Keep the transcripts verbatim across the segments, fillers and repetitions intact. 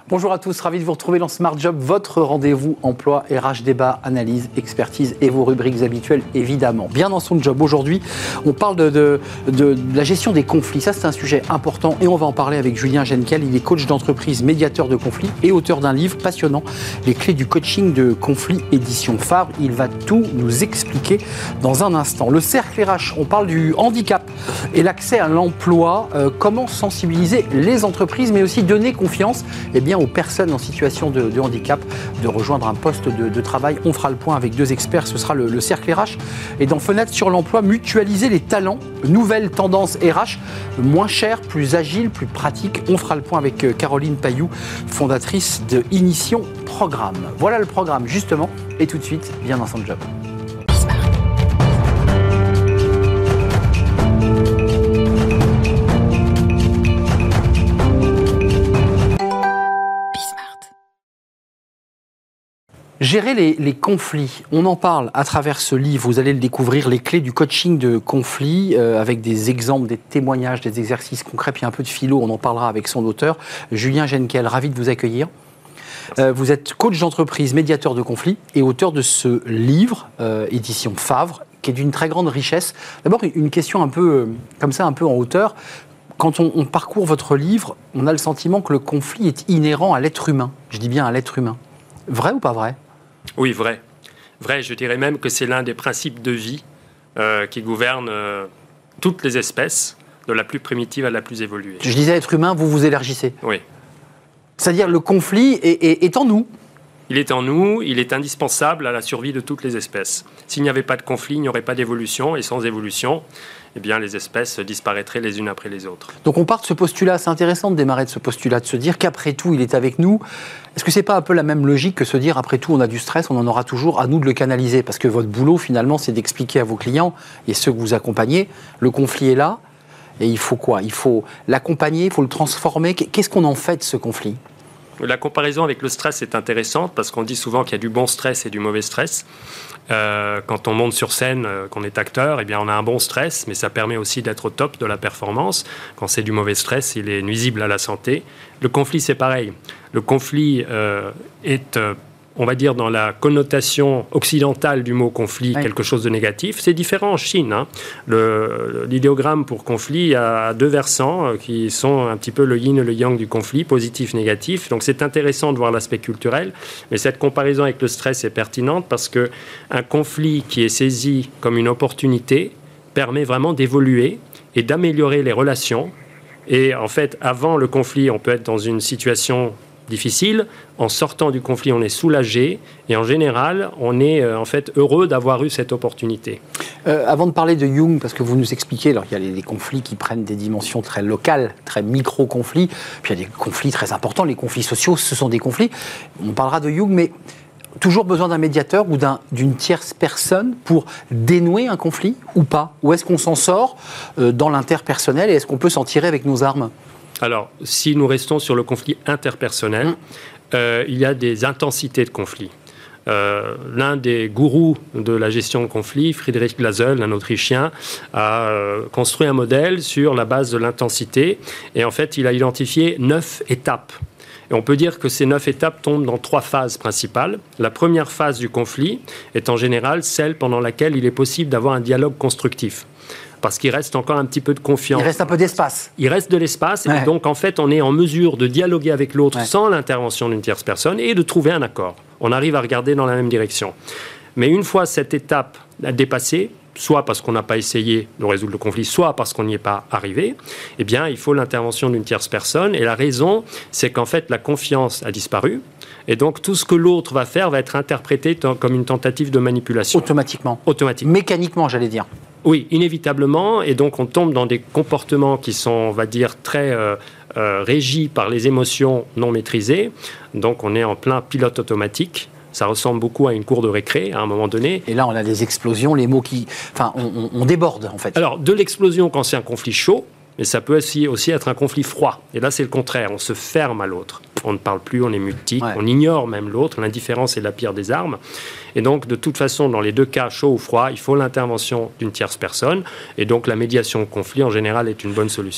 Bonjour à tous, ravi de vous retrouver dans Smart Job, votre rendez-vous emploi, R H, débat, analyse, expertise et vos rubriques habituelles évidemment. Bien dans son job aujourd'hui, on parle de, de, de, de la gestion des conflits. Ça c'est un sujet important et on va en parler avec Julien Genkel. Il est coach d'entreprise, médiateur de conflits et auteur d'un livre passionnant, Les clés du coaching de conflits, édition Fabre. Il va tout nous expliquer dans un instant. Le cercle R H, on parle du handicap et l'accès à l'emploi. Euh, comment sensibiliser les entreprises mais aussi donner confiance eh bien, aux personnes en situation de, de handicap de rejoindre un poste de, de travail. On fera le point avec deux experts, ce sera le, le cercle R H. Et dans Fenêtre sur l'emploi, mutualiser les talents, nouvelle tendance R H, moins cher, plus agile, plus pratique. On fera le point avec Caroline Pailloux, fondatrice de Inition Programme. Voilà le programme justement, et tout de suite, bien dans son job. Gérer les, les conflits, on en parle à travers ce livre, vous allez le découvrir, les clés du coaching de conflits, euh, avec des exemples, des témoignages, des exercices concrets, puis un peu de philo, on en parlera avec son auteur, Julien Genkel, ravi de vous accueillir. Euh, vous êtes coach d'entreprise, médiateur de conflits et auteur de ce livre, euh, édition Fabre, qui est d'une très grande richesse. D'abord, une question un peu, euh, comme ça, un peu en hauteur. Quand on, on parcourt votre livre, on a le sentiment que le conflit est inhérent à l'être humain. Je dis bien à l'être humain. Vrai ou pas vrai ? Oui, vrai. Vrai, je dirais même que c'est l'un des principes de vie euh, qui gouverne euh, toutes les espèces, de la plus primitive à la plus évoluée. Je disais être humain, vous vous élargissez. Oui. C'est-à-dire le conflit est, est, est en nous. Il est en nous, il est indispensable à la survie de toutes les espèces. S'il n'y avait pas de conflit, il n'y aurait pas d'évolution, et sans évolution, eh bien, les espèces disparaîtraient les unes après les autres. Donc on part de ce postulat, c'est intéressant de démarrer de ce postulat, de se dire qu'après tout, il est avec nous. Est-ce que c'est pas un peu la même logique que se dire, après tout, on a du stress, on en aura toujours, à nous de le canaliser ? Parce que votre boulot, finalement, c'est d'expliquer à vos clients, et ceux que vous accompagnez, le conflit est là, et il faut quoi ? Il faut l'accompagner, il faut le transformer. Qu'est-ce qu'on en fait de ce conflit ? La comparaison avec le stress est intéressante parce qu'on dit souvent qu'il y a du bon stress et du mauvais stress. Euh, quand on monte sur scène, euh, qu'on est acteur, eh bien on a un bon stress, mais ça permet aussi d'être au top de la performance. Quand c'est du mauvais stress, il est nuisible à la santé. Le conflit, c'est pareil. Le conflit euh, est... Euh, on va dire dans la connotation occidentale du mot conflit, oui. Quelque chose de négatif. C'est différent en Chine. Hein. Le, l'idéogramme pour conflit a deux versants qui sont un petit peu le yin et le yang du conflit, positif, négatif. Donc c'est intéressant de voir l'aspect culturel, mais cette comparaison avec le stress est pertinente parce qu'un conflit qui est saisi comme une opportunité permet vraiment d'évoluer et d'améliorer les relations. Et en fait, avant le conflit, on peut être dans une situation difficile. En sortant du conflit, on est soulagé et en général, on est euh, en fait heureux d'avoir eu cette opportunité. Euh, avant de parler de Jung, parce que vous nous expliquez, alors il y a les, les conflits qui prennent des dimensions très locales, très micro-conflits, puis il y a des conflits très importants, les conflits sociaux, ce sont des conflits. On parlera de Jung, mais toujours besoin d'un médiateur ou d'un, d'une tierce personne pour dénouer un conflit ou pas ? Ou est-ce qu'on s'en sort euh, dans l'interpersonnel et est-ce qu'on peut s'en tirer avec nos armes ? Alors, si nous restons sur le conflit interpersonnel, mmh. euh, il y a des intensités de conflit. Euh, l'un des gourous de la gestion de conflit, Friedrich Glasel, un Autrichien, a euh, construit un modèle sur la base de l'intensité. Et en fait, il a identifié neuf étapes. Et on peut dire que ces neuf étapes tombent dans trois phases principales. La première phase du conflit est en général celle pendant laquelle il est possible d'avoir un dialogue constructif. Parce qu'il reste encore un petit peu de confiance. Il reste un peu d'espace. Il reste de l'espace, ouais. Et donc en fait, on est en mesure de dialoguer avec l'autre ouais. sans l'intervention d'une tierce personne et de trouver un accord. On arrive à regarder dans la même direction. Mais une fois cette étape dépassée, soit parce qu'on n'a pas essayé de résoudre le conflit, soit parce qu'on n'y est pas arrivé, eh bien, il faut l'intervention d'une tierce personne. Et la raison, c'est qu'en fait, la confiance a disparu. Et donc, tout ce que l'autre va faire va être interprété t- comme une tentative de manipulation. Automatiquement. Automatiquement. Mécaniquement, j'allais dire. Oui, inévitablement. Et donc, on tombe dans des comportements qui sont, on va dire, très euh, euh, régis par les émotions non maîtrisées. Donc, on est en plein pilote automatique. Ça ressemble beaucoup à une cour de récré, à un moment donné. Et là, on a des explosions, les mots qui... Enfin, on, on, on déborde, en fait. Alors, de l'explosion quand c'est un conflit chaud, mais ça peut aussi, aussi être un conflit froid. Et là, c'est le contraire. On se ferme à l'autre. On ne parle plus, on est mutique, ouais. On ignore même l'autre. L'indifférence est la pire des armes. Et donc, de toute façon, dans les deux cas, chaud ou froid, il faut l'intervention d'une tierce personne. Et donc, la médiation au conflit, en général, est une bonne solution.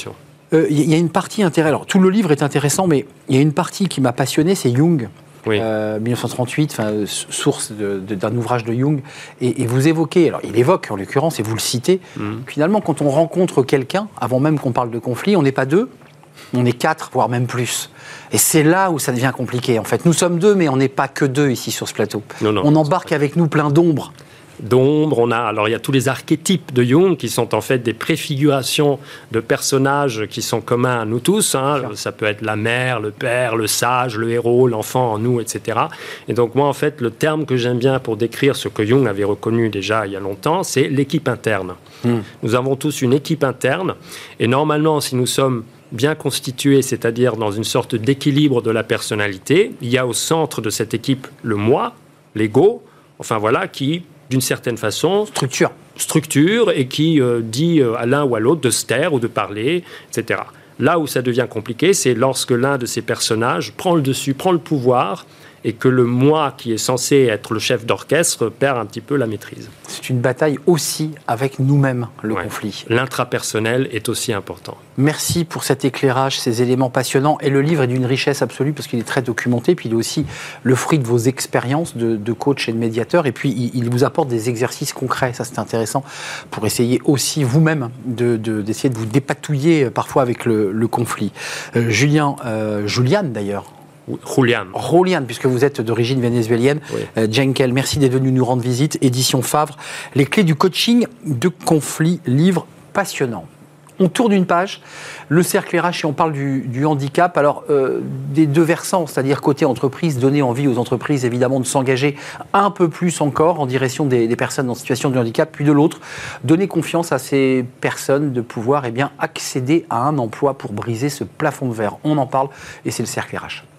Il euh, y a une partie intéressante. Alors, tout le livre est intéressant, mais il y a une partie qui m'a passionné, c'est Jung. Oui. Euh, mille neuf cent trente-huit, source de, de, d'un ouvrage de Jung, et, et vous évoquez, alors il évoque en l'occurrence, et vous le citez, mmh. finalement quand on rencontre quelqu'un, avant même qu'on parle de conflit, on n'est pas deux, on est quatre, voire même plus. Et c'est là où ça devient compliqué en fait. Nous sommes deux, mais on n'est pas que deux ici sur ce plateau. Non, non, on embarque avec nous plein d'ombres. D'ombre, on a, alors il y a tous les archétypes de Jung qui sont en fait des préfigurations de personnages qui sont communs à nous tous. Hein. Ça peut être la mère, le père, le sage, le héros, l'enfant en nous, et cetera. Et donc moi en fait, le terme que j'aime bien pour décrire ce que Jung avait reconnu déjà il y a longtemps, c'est l'équipe interne. Mmh. Nous avons tous une équipe interne et normalement si nous sommes bien constitués, c'est-à-dire dans une sorte d'équilibre de la personnalité, il y a au centre de cette équipe le moi, l'ego, enfin voilà, qui d'une certaine façon, structure, structure et qui euh, dit euh, à l'un ou à l'autre de se taire ou de parler, et cetera. Là où ça devient compliqué, c'est lorsque l'un de ces personnages prend le dessus, prend le pouvoir, et que le moi, qui est censé être le chef d'orchestre, perd un petit peu la maîtrise. C'est une bataille aussi avec nous-mêmes, le ouais. conflit. L'intrapersonnel est aussi important. Merci pour cet éclairage, ces éléments passionnants. Et le livre est d'une richesse absolue parce qu'il est très documenté, puis il est aussi le fruit de vos expériences de, de coach et de médiateur. Et puis, il, il vous apporte des exercices concrets. Ça, c'est intéressant pour essayer aussi vous-même de, de, d'essayer de vous dépatouiller parfois avec le, le conflit. Euh, Julien, euh, Juliane d'ailleurs, Julian. Julian, puisque vous êtes d'origine vénézuélienne. Oui. Euh, Jenkel, merci d'être venu nous rendre visite. Édition Favre. Les clés du coaching de conflit, livre passionnant. On tourne une page, le cercle R H, et on parle du, du handicap. Alors, euh, des deux versants, c'est-à-dire côté entreprise, donner envie aux entreprises, évidemment, de s'engager un peu plus encore en direction des, des personnes en situation de handicap. Puis de l'autre, donner confiance à ces personnes de pouvoir eh bien, accéder à un emploi pour briser ce plafond de verre. On en parle, et c'est le cercle R H.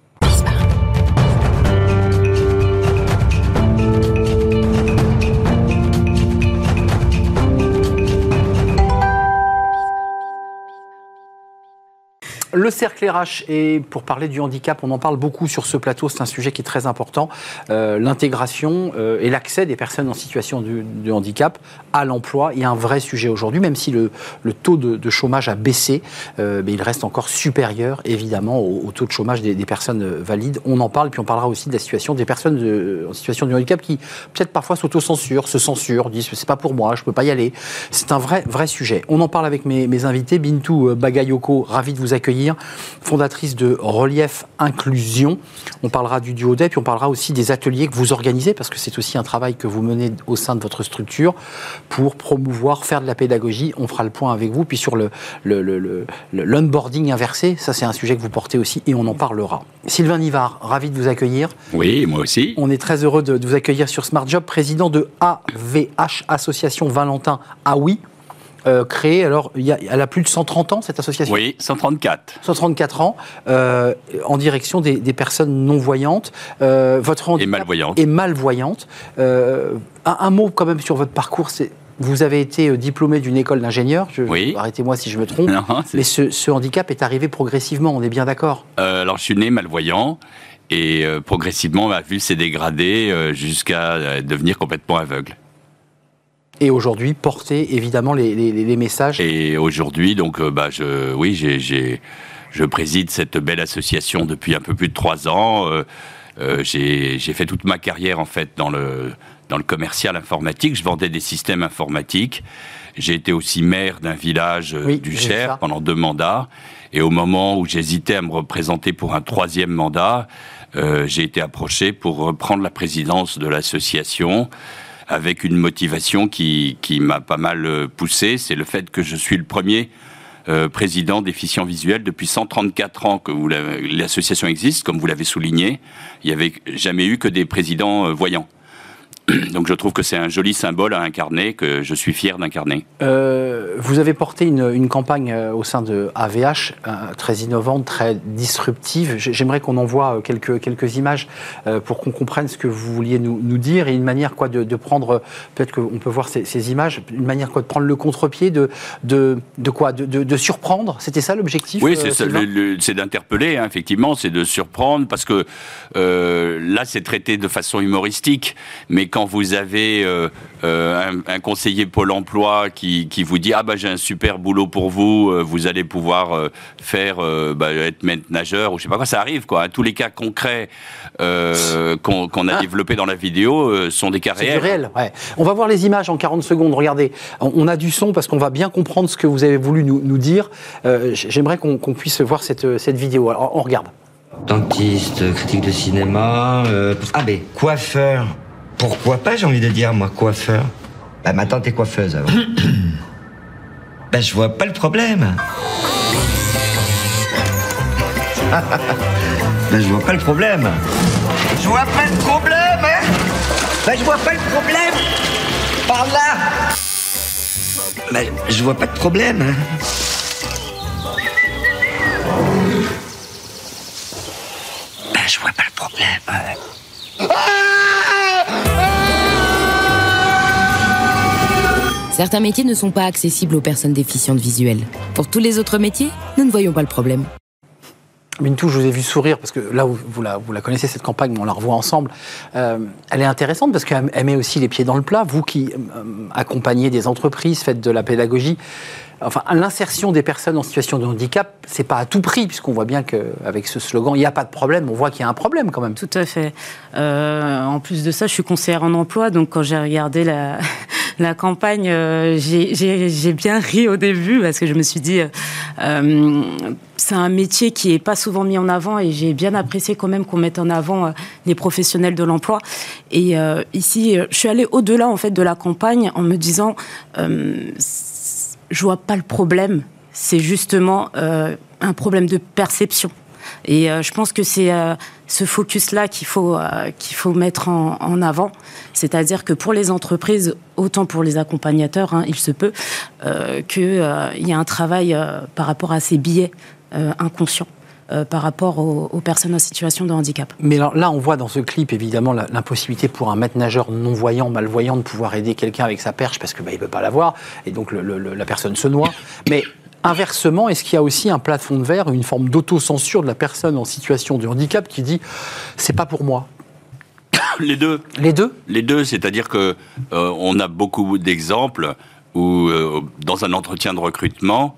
Le cercle R H, et pour parler du handicap, on en parle beaucoup sur ce plateau, c'est un sujet qui est très important, euh, l'intégration euh, et l'accès des personnes en situation de, de handicap à l'emploi est un vrai sujet aujourd'hui, même si le, le taux de, de chômage a baissé, euh, mais il reste encore supérieur évidemment au, au taux de chômage des, des personnes valides. On en parle, puis on parlera aussi de la situation des personnes de, en situation de handicap qui peut-être parfois s'autocensurent, se censurent, disent c'est pas pour moi, je peux pas y aller. C'est un vrai, vrai sujet. On en parle avec mes, mes invités, Bintou Bagayoko, ravi de vous accueillir, fondatrice de Relief Inclusion. On parlera du duo D E P, puis on parlera aussi des ateliers que vous organisez, parce que c'est aussi un travail que vous menez au sein de votre structure pour promouvoir, faire de la pédagogie. On fera le point avec vous. Puis sur le, le, le, le, l'onboarding inversé, ça c'est un sujet que vous portez aussi et on en parlera. Sylvain Nivard, ravi de vous accueillir. Oui, moi aussi. On est très heureux de, de vous accueillir sur Smart Job, président de A V H, Association Valentin Aoui. Euh, créée, alors, il y a, elle a plus de cent trente ans, cette association ? Oui, cent trente-quatre. cent trente-quatre ans, euh, en direction des, des personnes non-voyantes. Euh, votre handicap et malvoyantes. Et malvoyantes. Euh, un, un mot quand même sur votre parcours, c'est... Vous avez été diplômé d'une école d'ingénieur, je, oui. Arrêtez-moi si je me trompe, non, mais ce, ce handicap est arrivé progressivement, on est bien d'accord ? euh, Alors, je suis né malvoyant, et euh, progressivement, ma vue s'est dégradée euh, jusqu'à euh, devenir complètement aveugle. Et aujourd'hui, porter évidemment les, les, les messages. Et aujourd'hui, donc, euh, bah, je, oui, j'ai, j'ai, je préside cette belle association depuis un peu plus de trois ans. Euh, euh, j'ai, j'ai fait toute ma carrière en fait dans le dans le commercial informatique. Je vendais des systèmes informatiques. J'ai été aussi maire d'un village oui, du Cher pendant deux mandats. Et au moment où j'hésitais à me représenter pour un troisième mandat, euh, j'ai été approché pour reprendre la présidence de l'association, avec une motivation qui, qui m'a pas mal poussé, c'est le fait que je suis le premier euh, président déficient visuel depuis cent trente-quatre ans que vous l'association existe, comme vous l'avez souligné. Il n'y avait jamais eu que des présidents euh, voyants. Donc je trouve que c'est un joli symbole à incarner, que je suis fier d'incarner. Euh, vous avez porté une, une campagne au sein de A V H, euh, très innovante, très disruptive. J'aimerais qu'on envoie quelques, quelques images euh, pour qu'on comprenne ce que vous vouliez nous, nous dire, et une manière quoi, de, de prendre, peut-être qu'on peut voir ces, ces images, une manière quoi, de prendre le contre-pied, de, de, de quoi de, de, de surprendre. C'était ça l'objectif ? Oui, c'est, euh, ça, le, le, c'est d'interpeller, hein, effectivement, c'est de surprendre, parce que euh, là c'est traité de façon humoristique, mais quand vous avez euh, euh, un, un conseiller Pôle emploi qui, qui vous dit « Ah bah j'ai un super boulot pour vous, euh, vous allez pouvoir euh, faire euh, bah, être maître nageur » ou je sais pas quoi, ça arrive quoi. Tous les cas concrets euh, qu'on, qu'on a ah. développés dans la vidéo euh, sont des cas C'est réels. Du réel, ouais. On va voir les images en quarante secondes, regardez. On a du son parce qu'on va bien comprendre ce que vous avez voulu nous, nous dire. Euh, j'aimerais qu'on, qu'on puisse voir cette, cette vidéo. Alors, on regarde. Dentiste, critique de cinéma... Euh... Ah ben, coiffeur. Pourquoi pas, j'ai envie de dire, moi, coiffeur. Bah, ma tante est coiffeuse, alors. Bah, je vois pas le problème. Bah, je vois pas le problème. Je vois pas le problème, hein. Bah, je vois pas le problème. Par là. Bah, je vois pas de problème, hein. Bah, je vois pas le problème. Hein. Certains métiers ne sont pas accessibles aux personnes déficientes visuelles. Pour tous les autres métiers, nous ne voyons pas le problème. Bintou, je vous ai vu sourire, parce que là, vous, vous, la, vous la connaissez, cette campagne, mais on la revoit ensemble. Euh, elle est intéressante parce qu'elle met aussi les pieds dans le plat. Vous qui euh, accompagnez des entreprises, faites de la pédagogie, enfin, l'insertion des personnes en situation de handicap, c'est pas à tout prix, puisqu'on voit bien qu'avec ce slogan, il n'y a pas de problème, on voit qu'il y a un problème quand même. Tout à fait. Euh, en plus de ça, je suis conseillère en emploi, donc quand j'ai regardé la, la campagne, euh, j'ai, j'ai, j'ai bien ri au début, parce que je me suis dit, euh, c'est un métier qui n'est pas souvent mis en avant, et j'ai bien apprécié quand même qu'on mette en avant euh, les professionnels de l'emploi. Et euh, ici, je suis allée au-delà en fait, de la campagne en me disant... Euh, je vois pas le problème, c'est justement euh, un problème de perception. Et euh, je pense que c'est euh, ce focus-là qu'il faut, euh, qu'il faut mettre en, en avant. C'est-à-dire que pour les entreprises, autant pour les accompagnateurs, hein, il se peut, euh, qu'il euh, y a un travail euh, par rapport à ces biais euh, inconscients. Euh, par rapport aux, aux personnes en situation de handicap. Mais là, là, on voit dans ce clip, évidemment, la, l'impossibilité pour un maître nageur non-voyant, malvoyant, de pouvoir aider quelqu'un avec sa perche, parce qu'il bah, ne peut pas la voir, et donc le, le, la personne se noie. Mais inversement, est-ce qu'il y a aussi un plafond de verre, une forme d'autocensure de la personne en situation de handicap qui dit « c'est pas pour moi ». Les deux. Les deux Les deux, c'est-à-dire qu'on euh, a beaucoup d'exemples où, euh, dans un entretien de recrutement,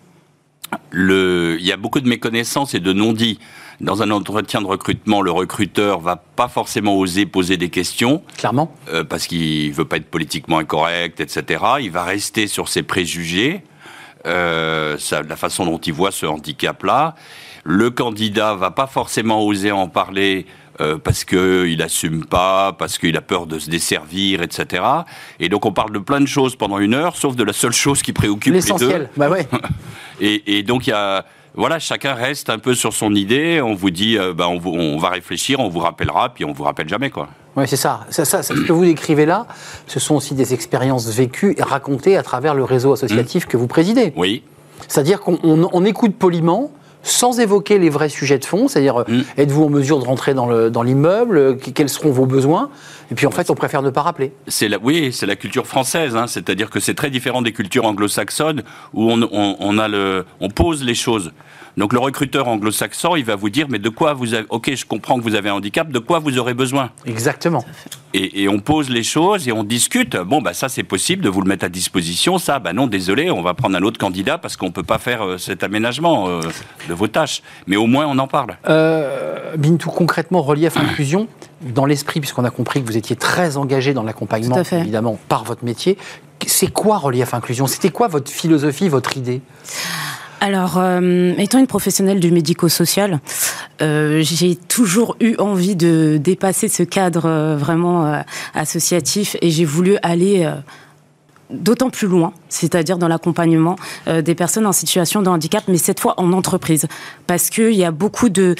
Le, il y a beaucoup de méconnaissances et de non-dits. Dans un entretien de recrutement, le recruteur va pas forcément oser poser des questions. Clairement. Euh, parce qu'il veut pas être politiquement incorrect, et cetera. Il va rester sur ses préjugés, euh, ça, la façon dont il voit ce handicap-là. Le candidat va pas forcément oser en parler euh, parce qu'il n'assume pas, parce qu'il a peur de se desservir, et cetera. Et donc on parle de plein de choses pendant une heure, sauf de la seule chose qui préoccupe les deux. L'essentiel, bah ouais. et, et donc il y a... Voilà, chacun reste un peu sur son idée. On vous dit, euh, bah, on, vous, on va réfléchir, on vous rappellera, puis on vous rappelle jamais, quoi. Oui, c'est ça. Ça, ça. Ce que vous décrivez là, ce sont aussi des expériences vécues et racontées à travers le réseau associatif mmh. que vous présidez. Oui. C'est-à-dire qu'on on, on écoute poliment, sans évoquer les vrais sujets de fond, c'est-à-dire mmh. êtes-vous en mesure de rentrer dans, le, dans l'immeuble, quels seront vos besoins, et puis en fait on préfère ne pas rappeler. C'est la, oui, c'est la culture française, hein, c'est-à-dire que c'est très différent des cultures anglo-saxonnes où on, on, on, a le, on pose les choses. Donc le recruteur anglo-saxon, il va vous dire, mais de quoi vous avez... Ok, je comprends que vous avez un handicap, de quoi vous aurez besoin ? Exactement. Et, et on pose les choses et on discute. Bon, bah ça c'est possible de vous le mettre à disposition. Ça, bah non, désolé, on va prendre un autre candidat parce qu'on peut pas faire euh, cet aménagement euh, de vos tâches. Mais au moins on en parle. Euh, Bintou, concrètement, Relief Inclusion, dans l'esprit, puisqu'on a compris que vous étiez très engagé dans l'accompagnement, évidemment, par votre métier. C'est quoi Relief Inclusion ? C'était quoi votre philosophie, votre idée ? Alors, euh, étant une professionnelle du médico-social, euh, j'ai toujours eu envie de dépasser ce cadre euh, vraiment euh, associatif et j'ai voulu aller euh, d'autant plus loin, c'est-à-dire dans l'accompagnement euh, des personnes en situation de handicap, mais cette fois en entreprise. Parce qu'il y a beaucoup de,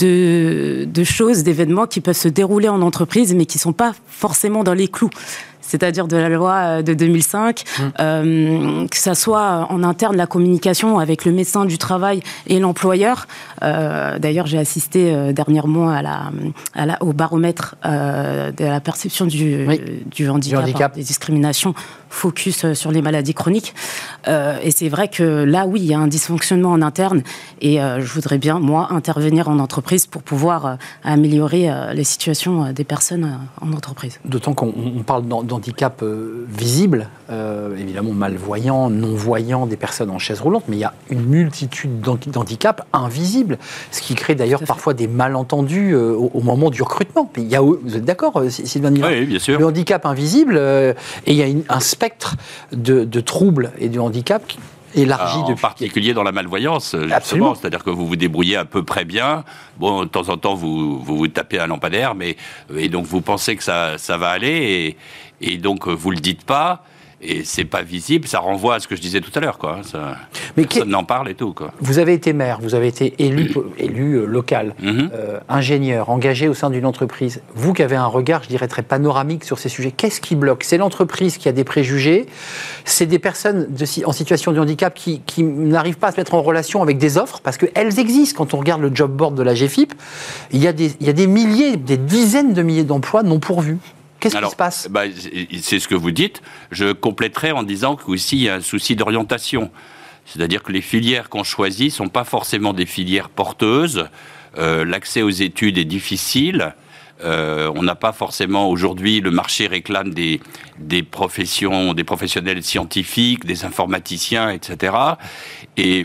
de, de choses, d'événements qui peuvent se dérouler en entreprise, mais qui ne sont pas forcément dans les clous. C'est-à-dire de la loi de deux mille cinq, mmh. euh, que ça soit en interne la communication avec le médecin du travail et l'employeur. Euh, d'ailleurs, j'ai assisté euh, dernièrement à la, à la, au baromètre euh, de la perception du, oui. du handicap, du handicap. Hein, des discriminations. focus sur les maladies chroniques. Euh, et c'est vrai que là, oui, il y a un dysfonctionnement en interne. Et euh, je voudrais bien, moi, intervenir en entreprise pour pouvoir euh, améliorer euh, les situations euh, des personnes euh, en entreprise. D'autant qu'on on parle d'handicap euh, visible, euh, évidemment malvoyants, non-voyants, des personnes en chaise roulante, mais il y a une multitude d'handicaps invisibles, ce qui crée d'ailleurs parfois des malentendus euh, au, au moment du recrutement. Il y a, vous êtes d'accord, Sylvain Nivard ? Oui, bien sûr. Le handicap invisible, euh, et il y a une, un spectre de, de troubles et de handicap qui élargi en depuis... particulier dans la malvoyance, justement, c'est-à-dire que vous vous débrouillez à peu près bien. Bon, de temps en temps, vous vous, vous tapez un lampadaire, mais et donc vous pensez que ça ça va aller, et, et donc vous le dites pas. Et c'est pas visible, ça renvoie à ce que je disais tout à l'heure, quoi. Ça, mais personne n'en parle et tout, quoi. Vous avez été maire, vous avez été élu, élu euh, local, mm-hmm. euh, ingénieur, engagé au sein d'une entreprise. Vous qui avez un regard, je dirais, très panoramique sur ces sujets, qu'est-ce qui bloque ? C'est l'entreprise qui a des préjugés, c'est des personnes de, en situation de handicap qui, qui n'arrivent pas à se mettre en relation avec des offres, parce qu'elles existent. Quand on regarde le job board de la G F I P, il y a des, il y a des milliers, des dizaines de milliers d'emplois non pourvus. Qu'est-ce Alors, qui se passe ? bah, c'est ce que vous dites. Je compléterai en disant qu'aussi il y a un souci d'orientation. C'est-à-dire que les filières qu'on choisit ne sont pas forcément des filières porteuses. Euh, l'accès aux études est difficile. Euh, on n'a pas forcément aujourd'hui, le marché réclame des, des professions, des professionnels scientifiques, des informaticiens, et cetera. Et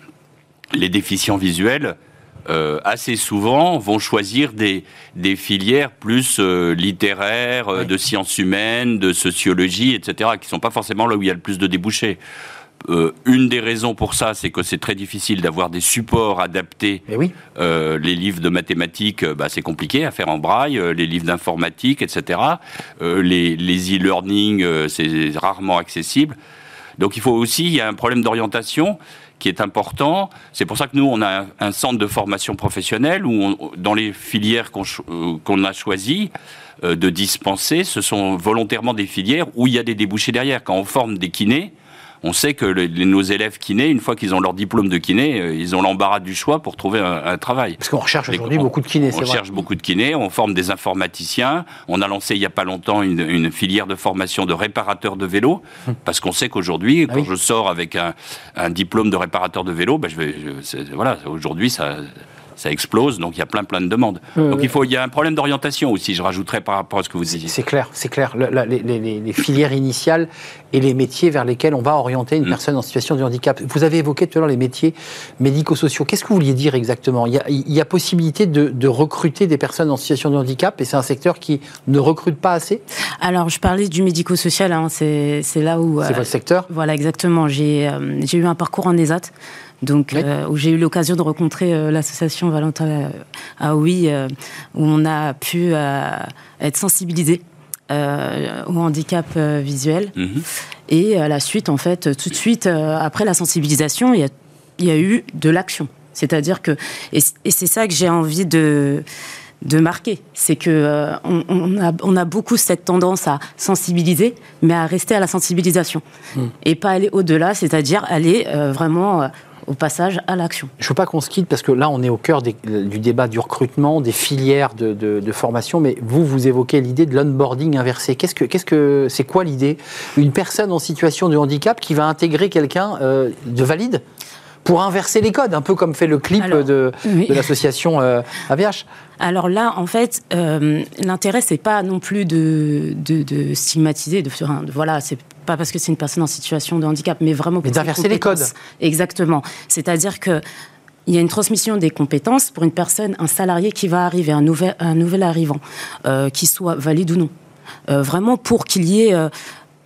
les déficients visuels, Euh, assez souvent, vont choisir des, des filières plus euh, littéraires, euh, oui. de sciences humaines, de sociologie, et cetera, qui ne sont pas forcément là où il y a le plus de débouchés. Euh, une des raisons pour ça, c'est que c'est très difficile d'avoir des supports adaptés. Oui. Euh, les livres de mathématiques, bah, c'est compliqué à faire en braille. Euh, les livres d'informatique, et cetera. Euh, les, les e-learning, euh, c'est rarement accessible. Donc il faut aussi, il y a un problème d'orientation qui est important. C'est pour ça que nous, on a un, un centre de formation professionnelle où, on, dans les filières qu'on, euh, qu'on a choisies euh, de dispenser, ce sont volontairement des filières où il y a des débouchés derrière. Quand on forme des kinés, on sait que le, les, nos élèves kinés, une fois qu'ils ont leur diplôme de kiné, euh, ils ont l'embarras du choix pour trouver un, un travail. Parce qu'on recherche aujourd'hui on, beaucoup de kinés, c'est vrai. On recherche vrai. beaucoup de kinés, on forme des informaticiens. On a lancé il n'y a pas longtemps une, une filière de formation de réparateurs de vélos, hum. parce qu'on sait qu'aujourd'hui, quand ah oui. je sors avec un, un diplôme de réparateur de vélo, ben je vais, je, voilà, aujourd'hui ça... ça explose, donc il y a plein plein de demandes. Euh, donc il faut, il y a un problème d'orientation aussi, je rajouterais par rapport à ce que vous disiez. C'est clair, c'est clair. Le, la, les, les, les filières initiales et les métiers vers lesquels on va orienter une mmh. personne en situation de handicap. Vous avez évoqué tout à l'heure les métiers médico-sociaux. Qu'est-ce que vous vouliez dire exactement ? Il y a, il y a possibilité de, de recruter des personnes en situation de handicap, et c'est un secteur qui ne recrute pas assez ? Alors, je parlais du médico-social, hein, c'est, c'est là où... C'est euh, votre secteur ? Voilà, exactement. J'ai, euh, j'ai eu un parcours en ESAT. Donc, oui. euh, où j'ai eu l'occasion de rencontrer euh, l'association Valentin Aoui, euh, où on a pu euh, être sensibilisés euh, au handicap euh, visuel. Mm-hmm. Et à la suite, en fait, tout de suite, euh, après la sensibilisation, il y a, il y a eu de l'action. C'est-à-dire que... Et, et c'est ça que j'ai envie de... de marquer, c'est que euh, on, on, a, on a beaucoup cette tendance à sensibiliser, mais à rester à la sensibilisation mmh. et pas aller au-delà, c'est-à-dire aller euh, vraiment euh, au passage à l'action. Je ne veux pas qu'on se quitte parce que là on est au cœur des, du débat du recrutement, des filières de, de, de formation, mais vous, vous évoquez l'idée de l'onboarding inversé. Qu'est-ce que, qu'est-ce que, c'est quoi l'idée ? Une personne en situation de handicap qui va intégrer quelqu'un euh, de valide ? Pour inverser les codes, un peu comme fait le clip Alors, de, oui. de l'association euh, A V H. Alors là, en fait, euh, l'intérêt, c'est pas non plus de, de, de stigmatiser, de, de voilà, c'est pas parce que c'est une personne en situation de handicap, mais vraiment pour mais d'inverser les codes. Exactement. C'est-à-dire que il y a une transmission des compétences pour une personne, un salarié qui va arriver, un nouvel, un nouvel arrivant, euh, qu'il soit valide ou non. Euh, vraiment pour qu'il y ait euh,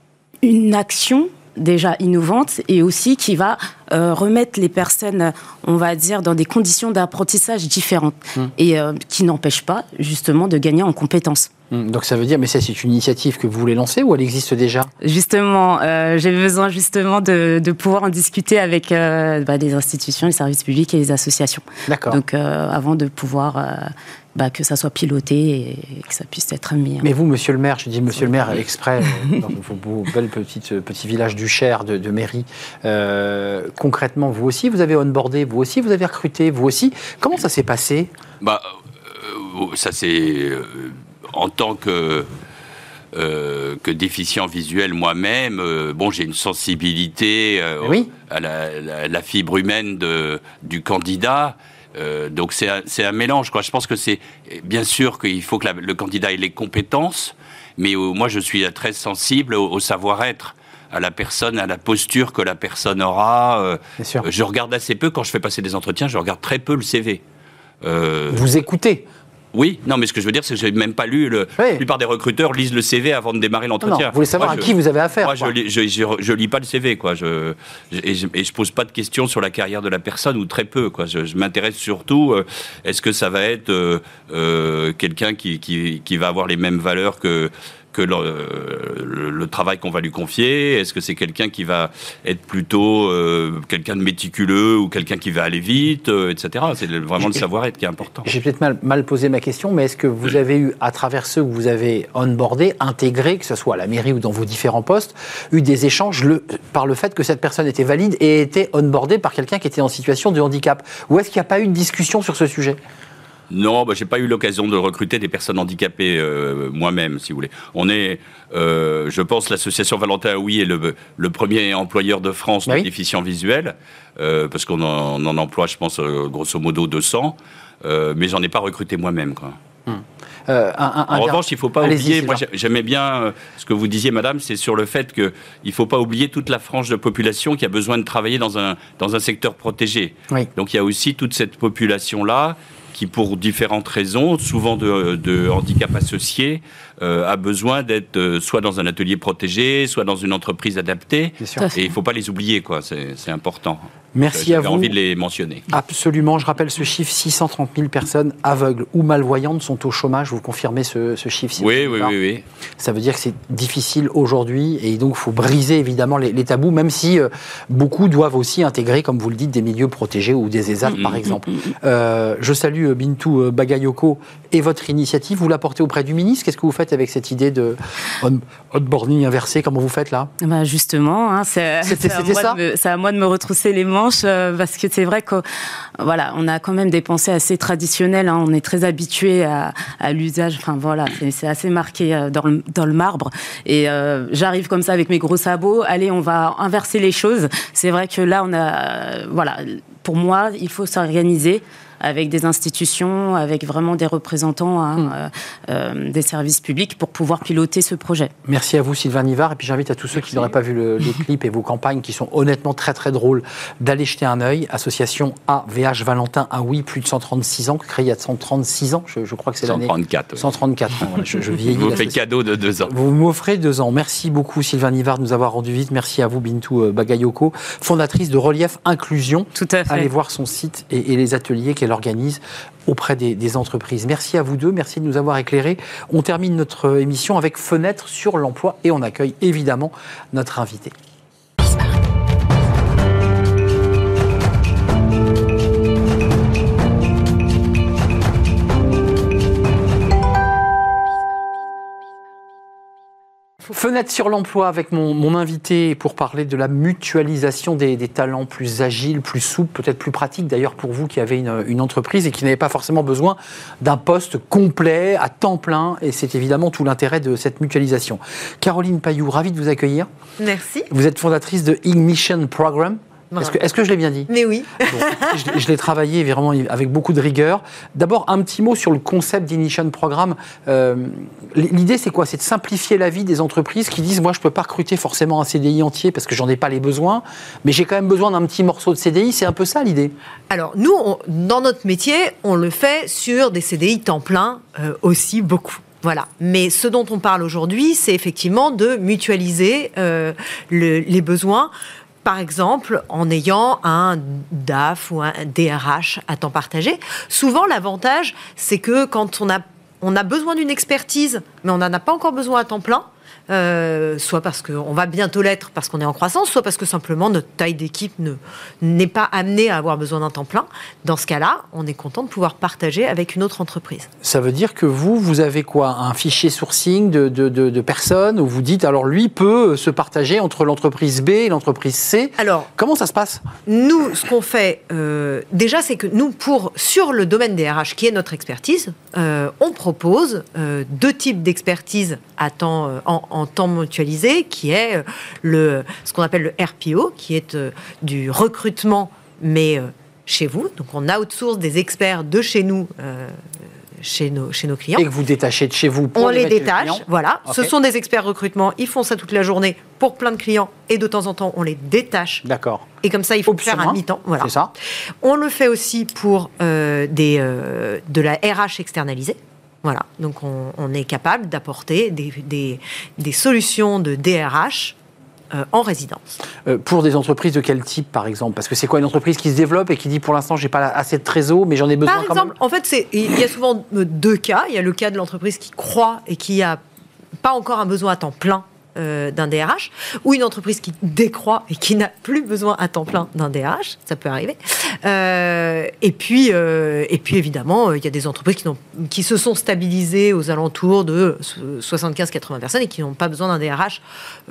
une action déjà innovante et aussi qui va euh, remettre les personnes, on va dire, dans des conditions d'apprentissage différentes mmh. et euh, qui n'empêchent pas, justement, de gagner en compétences. Mmh. Donc ça veut dire, mais ça c'est une initiative que vous voulez lancer ou elle existe déjà ? Justement, euh, j'ai besoin justement de, de pouvoir en discuter avec euh, bah, les institutions, les services publics et les associations. D'accord. Donc euh, avant de pouvoir... Euh, Bah, que ça soit piloté et que ça puisse être mis. Mais vous, monsieur le maire, je dis monsieur le maire exprès, dans vos belles petites petits villages du Cher, de, de mairie, euh, concrètement, vous aussi, vous avez onboardé, vous aussi, vous avez recruté, vous aussi. Comment ça s'est passé ? Bah, euh, ça c'est euh, en tant que euh, que déficient visuel moi-même, euh, bon, j'ai une sensibilité euh, oui. à la, la, la fibre humaine de, du candidat. Euh, donc c'est un, c'est un mélange, quoi. Je pense que c'est bien sûr qu'il faut que la, le candidat ait les compétences, mais euh, moi je suis très sensible au, au savoir-être, à la personne, à la posture que la personne aura. Euh, bien sûr. Je regarde assez peu, quand je fais passer des entretiens, je regarde très peu le C V. Euh, Vous écoutez? Oui, non, mais ce que je veux dire, c'est que je n'ai même pas lu. Le... Oui. La plupart des recruteurs lisent le C V avant de démarrer l'entretien. Non, vous voulez savoir moi, à je... qui vous avez affaire. Moi, quoi. je, je, je, je lis pas le C V, quoi. Je, et je et je pose pas de questions sur la carrière de la personne, ou très peu, quoi. Je, je m'intéresse surtout, euh, est-ce que ça va être euh, euh, quelqu'un qui, qui, qui va avoir les mêmes valeurs que que le, le, le travail qu'on va lui confier? Est-ce que c'est quelqu'un qui va être plutôt euh, quelqu'un de méticuleux ou quelqu'un qui va aller vite, euh, et cetera. C'est vraiment le savoir-être qui est important. J'ai peut-être mal, mal posé ma question, mais est-ce que vous avez eu, à travers ceux que vous avez onboardés, intégrés, que ce soit à la mairie ou dans vos différents postes, eu des échanges le, par le fait que cette personne était valide et était onboardée par quelqu'un qui était en situation de handicap? Ou est-ce qu'il n'y a pas eu de discussion sur ce sujet? Non, bah, j'ai pas eu l'occasion de recruter des personnes handicapées euh, moi-même, si vous voulez. On est, euh, je pense, l'association Valentin Aoui est le, le premier employeur de France oui. de déficients visuels, euh, parce qu'on en, on en emploie, je pense, euh, grosso modo deux cents, euh, mais j'en ai pas recruté moi-même, quoi. Hum. Euh, un, un, en un revanche, il ne faut pas Allez-y, oublier, moi j'aimais bien euh, ce que vous disiez, madame, c'est sur le fait qu'il ne faut pas oublier toute la frange de population qui a besoin de travailler dans un, dans un secteur protégé. Oui. Donc il y a aussi toute cette population-là qui, pour différentes raisons, souvent de, de handicap associé, euh, a besoin d'être euh, soit dans un atelier protégé, soit dans une entreprise adaptée. Bien sûr. Et il ne faut pas les oublier, quoi. C'est, c'est important. Merci J'avais à vous. envie de les mentionner. Absolument. Je rappelle ce chiffre, six cent trente mille personnes aveugles ou malvoyantes sont au chômage. Vous confirmez ce, ce chiffre? Si oui, oui, oui, oui. Ça veut dire que c'est difficile aujourd'hui et donc il faut briser évidemment les, les tabous, même si euh, beaucoup doivent aussi intégrer, comme vous le dites, des milieux protégés ou des ESAT, mmh, par exemple. Mmh, mmh. Euh, je salue euh, Bintou Bagayoko et votre initiative. Vous la portez auprès du ministre. Qu'est-ce que vous faites avec cette idée de onboarding inversé? Comment vous faites là? Bah justement, hein, c'est, c'était, c'est, c'était à ça me, c'est à moi de me retrousser les manches euh, parce que c'est vrai que voilà, on a quand même des pensées assez traditionnelles. Hein, on est très habitué à, à l'usage. Enfin voilà, c'est, c'est assez marqué euh, dans le, dans le marbre. Et euh, j'arrive comme ça avec mes gros sabots. Allez, on va inverser les choses. C'est vrai que là, on a euh, voilà. Pour moi, il faut s'organiser avec des institutions, avec vraiment des représentants hein, mmh. euh, euh, des services publics pour pouvoir piloter ce projet. Merci à vous Sylvain Nivard, et puis j'invite à tous ceux Merci. qui n'auraient pas vu le, les clips et vos campagnes qui sont honnêtement très très drôles d'aller jeter un œil. Association A V H Valentin Aoui, plus de cent trente-six ans, créée il y a cent trente-six ans, je, je crois que c'est l'année... cent trente-quatre. cent trente-quatre ans, voilà, je, je vieillis. Vous me faites cadeau de deux ans. Vous m'offrez deux ans. Merci beaucoup Sylvain Nivard de nous avoir rendu visite. Merci à vous Bintou Bagayoko, fondatrice de Relief Inclusion. Tout à fait. Allez voir son site et, et les ateliers qu'elle organise auprès des, des entreprises. Merci à vous deux, merci de nous avoir éclairés. On termine notre émission avec Fenêtre sur l'emploi et on accueille évidemment notre invité. Fenêtre sur l'emploi avec mon, mon invité pour parler de la mutualisation des, des talents plus agiles, plus souples, peut-être plus pratiques d'ailleurs pour vous qui avez une, une entreprise et qui n'avez pas forcément besoin d'un poste complet, à temps plein, et c'est évidemment tout l'intérêt de cette mutualisation. Caroline Payou, ravie de vous accueillir. Merci. Vous êtes fondatrice de Ignition Program. Est-ce que, est-ce que je l'ai bien dit? Mais oui. Bon, je, je l'ai travaillé vraiment avec beaucoup de rigueur. D'abord, un petit mot sur le concept d'Ignition Programme. Euh, l'idée, c'est quoi? C'est de simplifier la vie des entreprises qui disent, moi, je ne peux pas recruter forcément un C D I entier parce que j'en ai pas les besoins, mais j'ai quand même besoin d'un petit morceau de C D I. C'est un peu ça, l'idée? Alors, nous, on, dans notre métier, on le fait sur des C D I temps plein euh, aussi beaucoup. Voilà. Mais ce dont on parle aujourd'hui, c'est effectivement de mutualiser euh, le, les besoins. Par exemple, en ayant un D A F ou un D R H à temps partagé. Souvent, l'avantage, c'est que quand on a, on a besoin d'une expertise, mais on n'en a pas encore besoin à temps plein, euh, soit parce qu'on va bientôt l'être parce qu'on est en croissance, soit parce que simplement notre taille d'équipe ne, n'est pas amenée à avoir besoin d'un temps plein. Dans ce cas-là, on est content de pouvoir partager avec une autre entreprise. Ça veut dire que vous, vous avez quoi? Un fichier sourcing de, de, de, de personnes où vous dites, alors lui peut se partager entre l'entreprise B et l'entreprise C. Alors, comment ça se passe? Nous, ce qu'on fait, euh, déjà, c'est que nous, pour, sur le domaine des R H, qui est notre expertise, euh, on propose euh, deux types d'expertise à temps, euh, en, en temps mutualisé, qui est euh, le, ce qu'on appelle le R P O, qui est euh, du recrutement, mais euh, chez vous. Donc, on outsource des experts de chez nous, euh, chez nos, chez nos clients. Et que vous détachez de chez vous pour On les, les détache, voilà. Okay. Ce sont des experts recrutement, ils font ça toute la journée pour plein de clients, et de temps en temps, on les détache. D'accord. Et comme ça, il faut Option faire un un, mi-temps. Voilà. C'est ça. On le fait aussi pour euh, des, euh, de la R H externalisée. Voilà. Donc, on, on est capable d'apporter des, des, des solutions de D R H euh, en résidence. Euh, pour des entreprises de quel type, par exemple? Parce que c'est quoi une entreprise qui se développe et qui dit, pour l'instant, j'ai pas assez de trésor, mais j'en ai besoin Par quand exemple, même. en fait, c'est, il y a souvent deux cas. Il y a le cas de l'entreprise qui croît et qui n'a pas encore un besoin à temps plein Euh, d'un D R H, ou une entreprise qui décroît et qui n'a plus besoin à temps plein d'un D R H, ça peut arriver. Euh, et puis, euh, et puis évidemment, il euh, y a des entreprises qui, qui se sont stabilisées aux alentours de soixante-quinze à quatre-vingts personnes et qui n'ont pas besoin d'un D R H,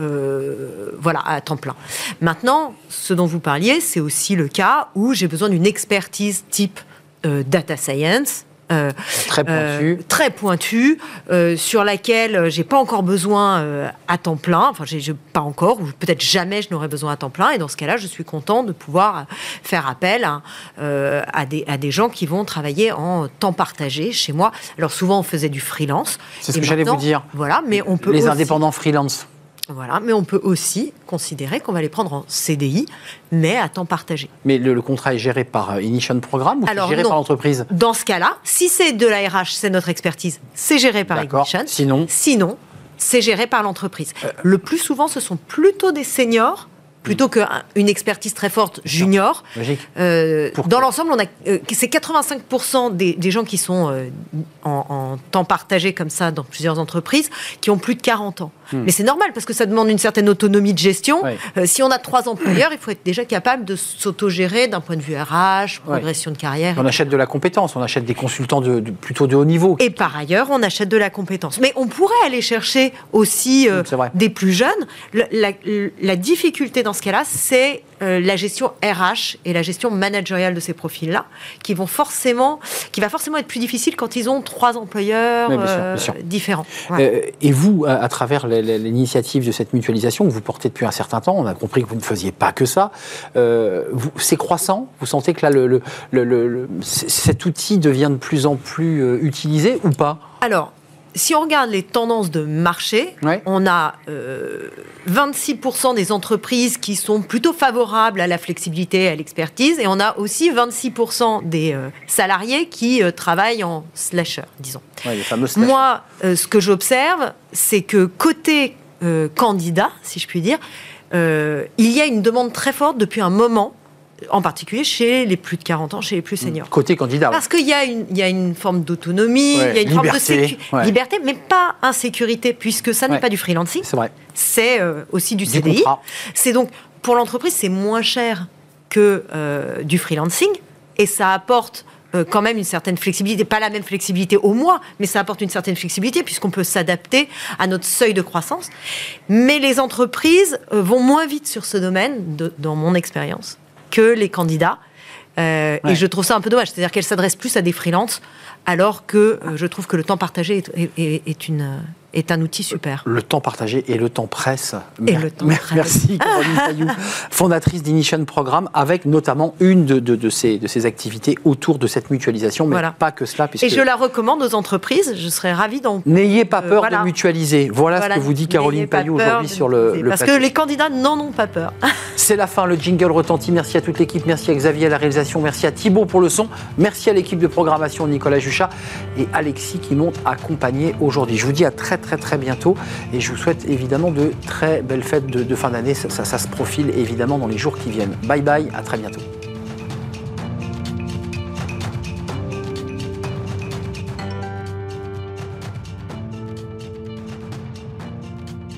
euh, voilà, à temps plein. Maintenant, ce dont vous parliez, c'est aussi le cas où j'ai besoin d'une expertise type euh, data science. Euh, très pointue, euh, très pointue euh, sur laquelle j'ai pas encore besoin euh, à temps plein. Enfin, j'ai, j'ai pas encore, ou peut-être jamais je n'aurai besoin à temps plein. Et dans ce cas-là, je suis content de pouvoir faire appel à, euh, à, des, à des gens qui vont travailler en temps partagé chez moi. Alors souvent, on faisait du freelance. C'est ce que j'allais vous dire. Voilà, mais on peut les aussi, indépendants freelance. Voilà, mais on peut aussi considérer qu'on va les prendre en C D I, mais à temps partagé. Mais le, le contrat est géré par Ignition Programme ou Alors, c'est géré non. par l'entreprise? Dans ce cas-là, si c'est de la R H, c'est notre expertise, c'est géré par D'accord. Ignition. Sinon Sinon, c'est géré par l'entreprise. Euh... Le plus souvent, ce sont plutôt des seniors, plutôt qu'une expertise très forte junior. Logique. Euh, dans l'ensemble, on a, euh, c'est quatre-vingt-cinq pour cent des, des gens qui sont euh, en, en temps partagé comme ça dans plusieurs entreprises qui ont plus de quarante ans. Hmm. Mais c'est normal parce que ça demande une certaine autonomie de gestion. Oui. Euh, si on a trois employeurs, il faut être déjà capable de s'autogérer d'un point de vue R H, progression oui. de carrière. On achète de la compétence, on achète des consultants de, de, plutôt de haut niveau. Et par ailleurs, on achète de la compétence. Mais on pourrait aller chercher aussi euh, des plus jeunes. La, la, la difficulté dans dans ce cas-là, c'est euh, la gestion R H et la gestion managériale de ces profils-là, qui vont forcément, qui va forcément être plus difficile quand ils ont trois employeurs bien sûr, bien sûr. Euh, différents. Ouais. Euh, et vous, à, à travers l'initiative de cette mutualisation que vous portez depuis un certain temps, on a compris que vous ne faisiez pas que ça. Euh, vous, c'est croissant. Vous sentez que là, le, le, le, le, cet outil devient de plus en plus euh, utilisé ou pas? Alors. Si on regarde les tendances de marché, ouais. on a euh, vingt-six pour cent des entreprises qui sont plutôt favorables à la flexibilité et à l'expertise, et on a aussi vingt-six pour cent des euh, salariés qui euh, travaillent en slasher, disons. Ouais, les fameux slashers. Moi, euh, ce que j'observe, c'est que côté euh, candidat, si je puis dire, euh, il y a une demande très forte depuis un moment, en particulier chez les plus de quarante ans, chez les plus seniors. Côté candidat. Parce qu'il y a une, il y a une forme d'autonomie, ouais, il y a une liberté, forme de sécu- ouais. liberté, mais pas insécurité, puisque ça n'est ouais. pas du freelancing. C'est vrai. C'est euh, aussi du, du C D I. Contrat. C'est donc, pour l'entreprise, c'est moins cher que euh, du freelancing, et ça apporte euh, quand même une certaine flexibilité, pas la même flexibilité au mois, mais ça apporte une certaine flexibilité, puisqu'on peut s'adapter à notre seuil de croissance. Mais les entreprises euh, vont moins vite sur ce domaine, de, dans mon expérience, que les candidats. Euh, ouais. Et je trouve ça un peu dommage. C'est-à-dire qu'elles s'adressent plus à des freelances, alors que euh, je trouve que le temps partagé est, est, est, une, est un outil super. Le temps partagé et le temps presse. Et Mer- le temps presse. Merci Caroline Taillou, fondatrice d'Ignition Programme, avec notamment une de, de, de, ces, de ces activités autour de cette mutualisation, mais voilà. pas que cela. Puisque... Et je la recommande aux entreprises, je serais ravie d'en... N'ayez pas peur euh, voilà. de mutualiser. Voilà, voilà ce que vous dit Caroline Taillou aujourd'hui sur le, le Parce plateau. que les candidats n'en ont pas peur. C'est la fin, le jingle retentit. Merci à toute l'équipe, merci à Xavier à la réalisation, merci à Thibaut pour le son, merci à l'équipe de programmation, Nicolas Juchat et Alexis qui m'ont accompagné aujourd'hui. Je vous dis à très très très bientôt et je vous souhaite évidemment de très belles fêtes de, de fin d'année. Ça, ça, ça se profile évidemment dans les jours qui viennent. Bye bye, à très bientôt.